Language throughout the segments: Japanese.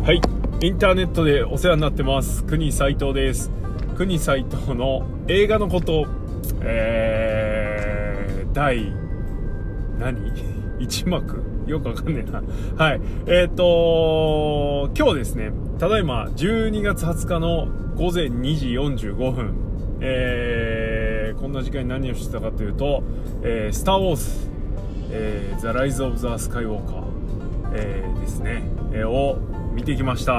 はい、インターネットでお世話になってます国斉藤です。国斉藤の映画のこと、第1幕よくわかんねえな。はい、今日ですね、ただいま12月20日の午前2時45分、こんな時間に何をしてたかというと、スター・ウォーズ、ザ・ライズ・オブ・ザ・スカイ・ウォーカー、ですね、を見てきました。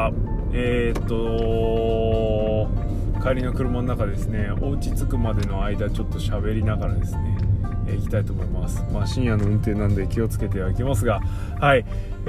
帰りの車の中ですね、お家着くまでの間ちょっと喋りながらですね、行きたいと思います。深夜の運転なんで気をつけてはいきますが、はい、と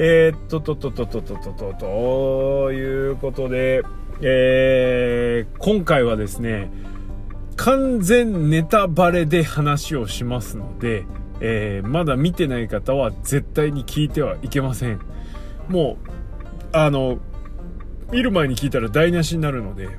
いうことで、今回はですね、完全ネタバレで話をしますので、まだ見てない方は絶対に聞いてはいけません。もう見る前に聞いたら台無しになるので、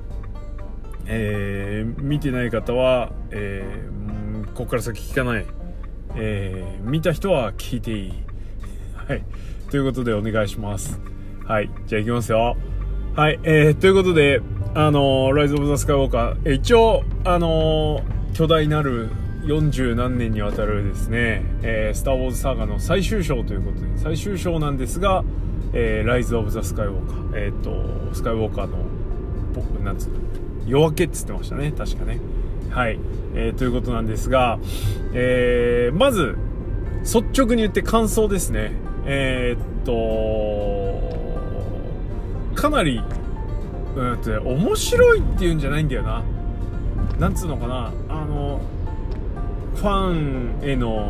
見てない方は、ここから先聞かない、見た人は聞いていいはい、ということでお願いします。はい、じゃあ行きますよ。はい、ということでライズ・オブ・ザ・スカイ・ウォーカー、一応巨大なる40何年にわたるですね、スター・ウォーズサーガの最終章ということで、最終章なんですが、ライズ・オブ・ザ・スカイ・ウォーカー、スカイ・ウォーカーのなんつうの、夜明けっつってましたね、確かね。はい、ということなんですが、まず率直に言って感想ですね。かなり面白いっていうんじゃないんだよな。なんつうのかな、ファンへの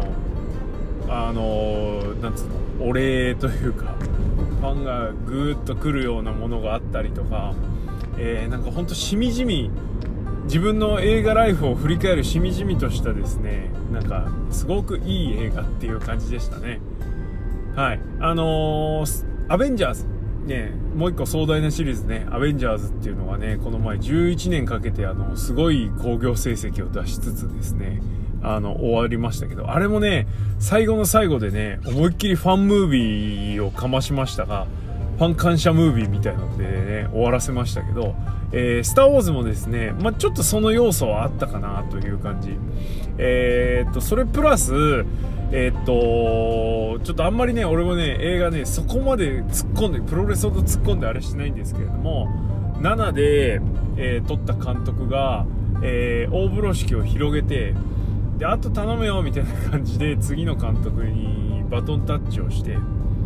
なんつうの、お礼というか、ファンがぐーっと来るようなものがあったりとか、なんかほんとしみじみ自分の映画ライフを振り返るしみじみとしたですね、なんかすごくいい映画っていう感じでしたね。はい、アベンジャーズね、もう一個壮大なシリーズね、アベンジャーズっていうのがね、この前11年かけてすごい興行成績を出しつつですね、終わりましたけど、あれもね、最後の最後でね、思いっきりファンムービーをかましましたが、ファン感謝ムービーみたいなのでね、終わらせましたけど、スター・ウォーズもですね、ちょっとその要素はあったかなという感じ。それプラス、ちょっとあんまりね、俺もね、映画ね、そこまで突っ込んで、プロレスほど突っ込んであれしないんですけれども、7で、撮った監督が、大風呂敷を広げて、で、あと頼むよみたいな感じで次の監督にバトンタッチをして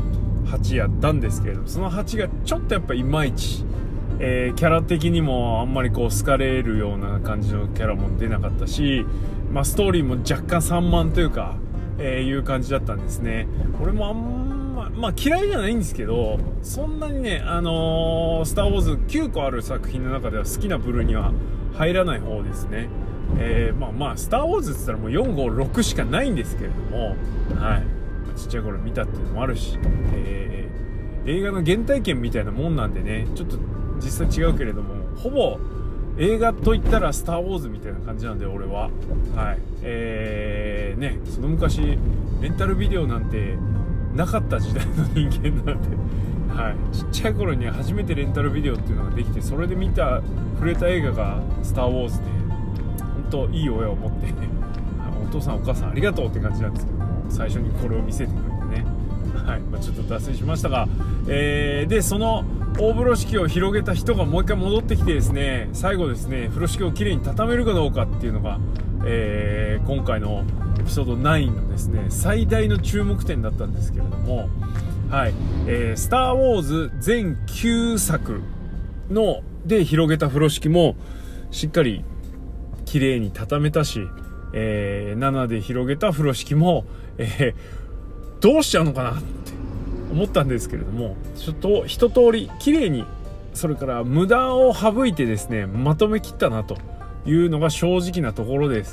8やったんですけれども、その8がちょっとやっぱいまいち、キャラ的にもあんまりこう好かれるような感じのキャラも出なかったし、ストーリーも若干散漫というか、いう感じだったんですね。俺もあんま嫌いじゃないんですけど、そんなにね、スター・ウォーズ9個ある作品の中では好きな部類には入らない方ですね。スター・ウォーズって言ったらもう4、5、6しかないんですけれども、はい、ちっちゃい頃見たっていうのもあるし、映画の原体験みたいなもんなんでね、ちょっと実際違うけれども、ほぼ映画といったらスター・ウォーズみたいな感じなんで、俺は。はい、ね、その昔レンタルビデオなんてなかった時代の人間なんで、はい、ちっちゃい頃に初めてレンタルビデオっていうのができて、それで触れた映画がスター・ウォーズで、本当いい親を持ってお父さんお母さんありがとうって感じなんですけども、最初にこれを見せてくれてね、はい、ちょっと脱線しましたが、でその大風呂敷を広げた人がもう一回戻ってきてですね、最後ですね、風呂敷をきれいに畳めるかどうかっていうのが、今回のエピソード9のですね、最大の注目点だったんですけれども、はい、スター・ウォーズ全9作ので広げた風呂敷もしっかり綺麗に畳めたし、7で広げた風呂敷も、どうしちゃうのかなって思ったんですけれども、ちょっと一通り綺麗に、それから無駄を省いてですね、まとめきったなというのが正直なところです。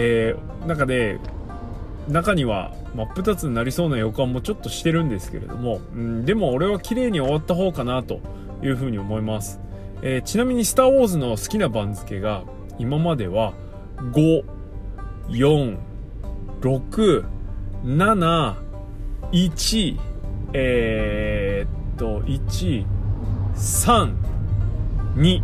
中には真っ二つになりそうな予感もちょっとしてるんですけれども、でも俺は綺麗に終わった方かなというふうに思います。ちなみにスター・ウォーズの好きな番付が今までは5、4、6、7、1、1、 328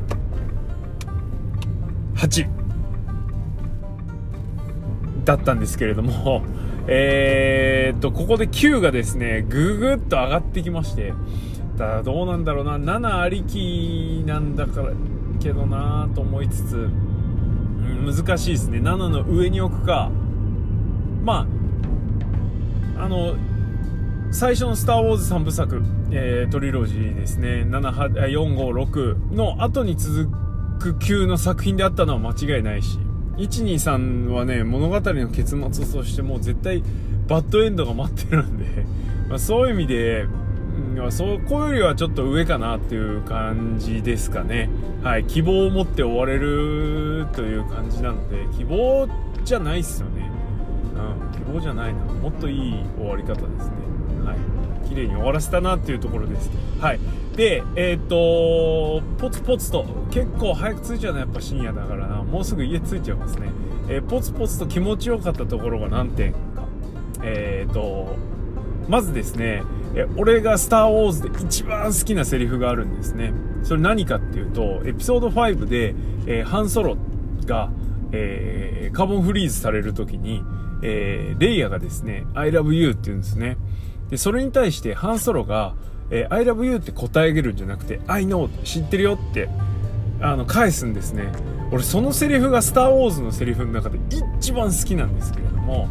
だったんですけれども、ここで9がですねぐぐっと上がってきまして、どうなんだろうな、7ありきなんだからけどなと思いつつ、難しいですね。7の上に置くか、最初のスターウォーズ3部作、トリロジーですね、456の後に続く9の作品であったのは間違いないし、123はね物語の結末としてもう絶対バッドエンドが待ってるんで、そういう意味で、そこよりはちょっと上かなっていう感じですかね。はい、希望を持って終われるという感じなので、希望じゃないっすよね。希望じゃないな、もっといい終わり方ですね。はい、綺麗に終わらせたなっていうところです。はい。で、ポツポツと結構早く着いちゃうのはやっぱ深夜だからな、もうすぐ家着いちゃいますね。ポツポツと気持ちよかったところが何点か。まずですね、俺がスターウォーズで一番好きなセリフがあるんですね。それ何かっていうと、エピソード5で、ハンソロが、カーボンフリーズされる時に、レイヤがですね I love you って言うんですね。でそれに対してハンソロが、I love you って答え上げるんじゃなくて I know 知ってるよって返すんですね。俺そのセリフがスターウォーズのセリフの中で一番好きなんですけれども、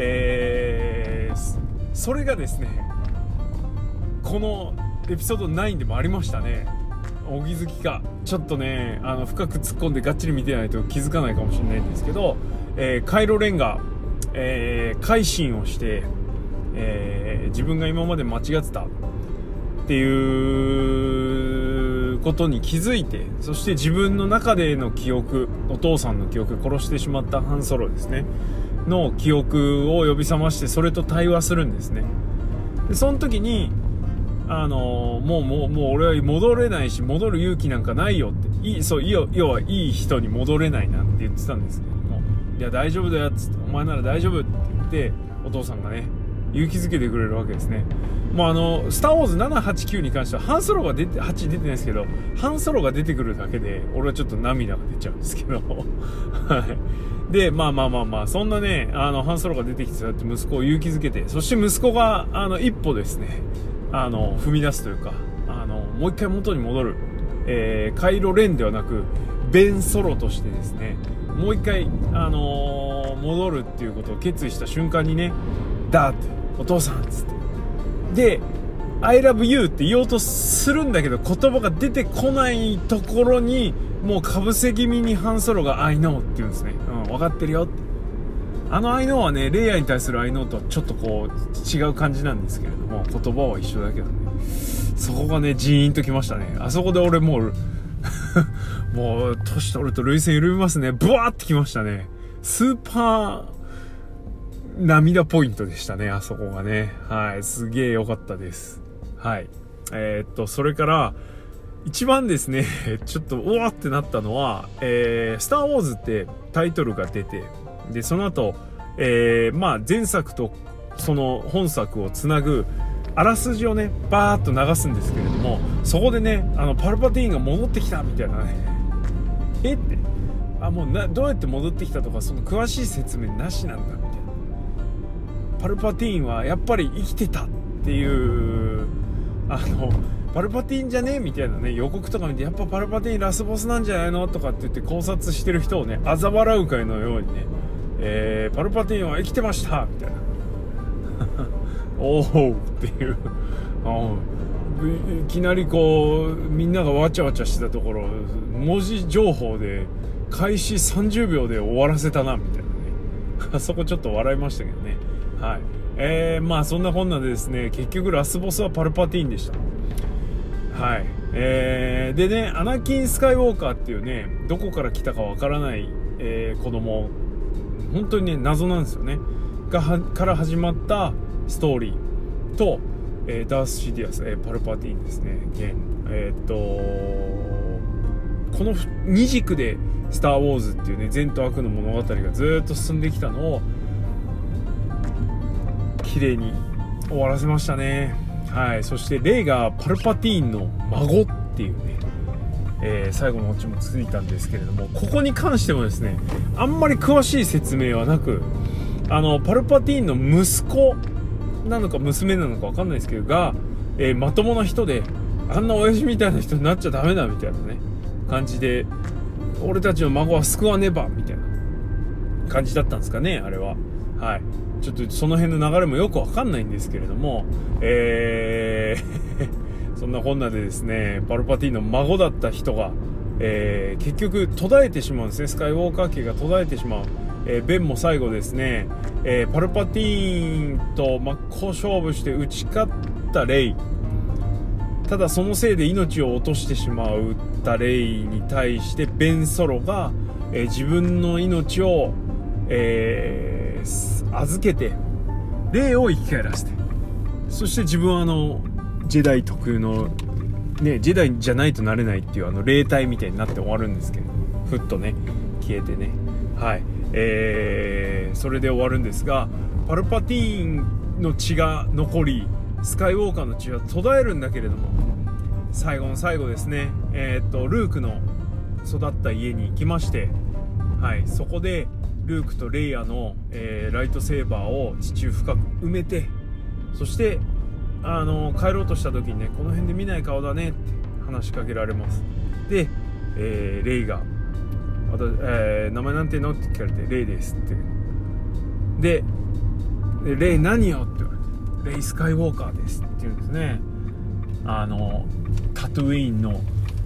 それがですねこのエピソード9でもありましたね。お気づきかちょっとね深く突っ込んでがっちり見てないと気づかないかもしれないんですけど、カイロレンが改心をして、自分が今まで間違ってたっていうことに気づいて、そして自分の中での記憶、お父さんの記憶、殺してしまったハンソロですねの記憶を呼び覚まして、それと対話するんですね。でその時にもう俺は戻れないし戻る勇気なんかないよって要はいい人に戻れないなって言ってたんですけども、いや大丈夫だよっつって、お前なら大丈夫って言ってお父さんがね勇気づけてくれるわけですね。もうスターウォーズ789に関してはハンソロが8出てないですけど、ハンソロが出てくるだけで俺はちょっと涙が出ちゃうんですけどはいでまあそんなねハンソロが出てきてそうやって息子を勇気づけて、そして息子が一歩ですね踏み出すというかもう一回元に戻る、カイロレンではなくベンソロとしてですねもう一回戻るっていうことを決意した瞬間にね、だってお父さんっつってで I love you って言おうとするんだけど言葉が出てこないところにもうかぶせ気味にハンソロが I know って言うんですね。分かってるよって。I know はねレイヤーに対する I know とはちょっとこう違う感じなんですけれども、言葉は一緒だけどね、そこがねジーンときましたね。あそこで俺もう年取ると涙腺緩みますね。ブワーってきましたね。スーパー涙ポイントでしたね、あそこがね。はい、すげえ良かったです。はい。それから一番ですねちょっとうわってなったのは、スターウォーズってタイトルが出て、でその後、前作とその本作をつなぐあらすじをねバーッと流すんですけれども、そこでねパルパティーンが戻ってきたみたいなね、ってもうどうやって戻ってきたとかその詳しい説明なしなんだみたいな。パルパティーンはやっぱり生きてたっていうパルパティーンじゃねみたいなね予告とか見て、やっぱパルパティーンラスボスなんじゃないのとかって言って考察してる人をね嘲笑うかのようにね、パルパティーンは生きてましたみたいなおおっていういきなりこうみんながわちゃわちゃしてたところ文字情報で開始30秒で終わらせたなみたいなねあそこちょっと笑いましたけどね。はい。そんなこんなでですね結局ラスボスはパルパティーンでした。はい。でねアナキン・スカイウォーカーっていうねどこから来たかわからない、子供、本当にね謎なんですよねから始まったストーリーと、ダース・シディアス、パルパティーンですね。この二軸でスター・ウォーズっていうね善と悪の物語がずっと進んできたのを綺麗に終わらせましたね。 はい、そしてレイがパルパティーンの孫っていうね、最後のオチも続いたんですけれども、ここに関してもですねあんまり詳しい説明はなく、パルパティーンの息子なのか娘なのか分かんないですけどが、まともな人で、あんな親父みたいな人になっちゃダメだみたいなね感じで、俺たちの孫は救わねばみたいな感じだったんですかね、あれは。はい、ちょっとその辺の流れもよく分かんないんですけれども、そんなこんなでですね、パルパティーンの孫だった人が、結局途絶えてしまうんですね。スカイウォーカー家が途絶えてしまう。ベンも最後ですね、パルパティーンと真っ向勝負して打ち勝ったレイ、ただそのせいで命を落としてしまったレイに対してベンソロが、自分の命を、預けてレイを生き返らせて、そして自分はジェダイ特有の、ね、ジェダイじゃないとなれないっていう霊体みたいになって終わるんですけど、ふっとね消えてね、はい、それで終わるんですが、パルパティーンの血が残りスカイウォーカーの血は途絶えるんだけれども、最後の最後ですね、ルークの育った家に行きまして、はい、そこでルークとレイヤの、ライトセーバーを地中深く埋めて、そして帰ろうとした時にね、この辺で見ない顔だねって話しかけられます。で、レイが名前なんていうのって聞かれて、レイですって。でレイ何よって言われて、レイスカイウォーカーですって言うんですね。タトゥーインの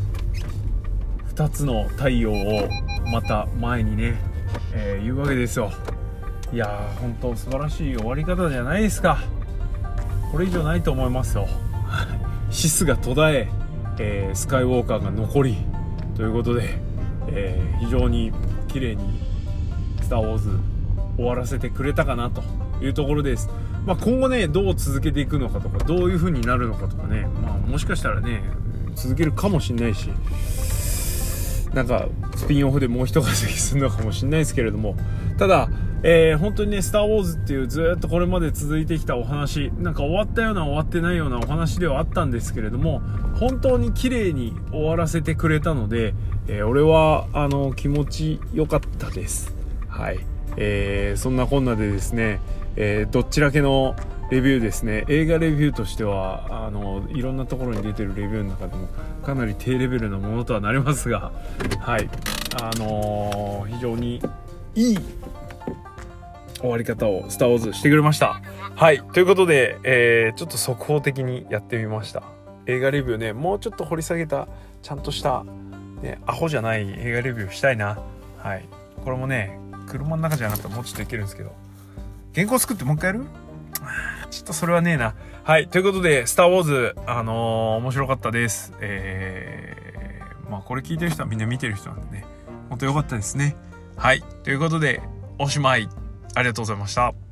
2つの太陽をまた前にね、言うわけですよ。いやー、本当素晴らしい終わり方じゃないですか。これ以上ないと思いますよ。シスが途絶え、スカイウォーカーが残りということで、非常に綺麗にスターウォーズ終わらせてくれたかなというところです。今後ねどう続けていくのかとか、どういう風になるのかとかね、もしかしたらね続けるかもしれないし、なんかスピンオフでもう一稼ぎするのかもしれないですけれども、ただ、本当にねスターウォーズっていうずっとこれまで続いてきたお話、なんか終わったような終わってないようなお話ではあったんですけれども、本当に綺麗に終わらせてくれたので、俺は気持ち良かったです。はい、そんなこんなでですね、どっちらけのレビューですね、映画レビューとしてはいろんなところに出てるレビューの中でもかなり低レベルなものとはなりますが、はい、非常にいい終わり方をスターウォーズしてくれました。はい、ということで、ちょっと速報的にやってみました。映画レビューね、もうちょっと掘り下げたちゃんとした、ね、アホじゃない映画レビューしたいな。はい、これもね車の中じゃなかったらもうちょっといけるんですけど、原稿作ってもう一回やる？ちょっとそれはねえな。はい、ということでスターウォーズ面白かったです。これ聞いてる人はみんな見てる人なんでね、本当良かったですね。はい、ということでおしまい。ありがとうございました。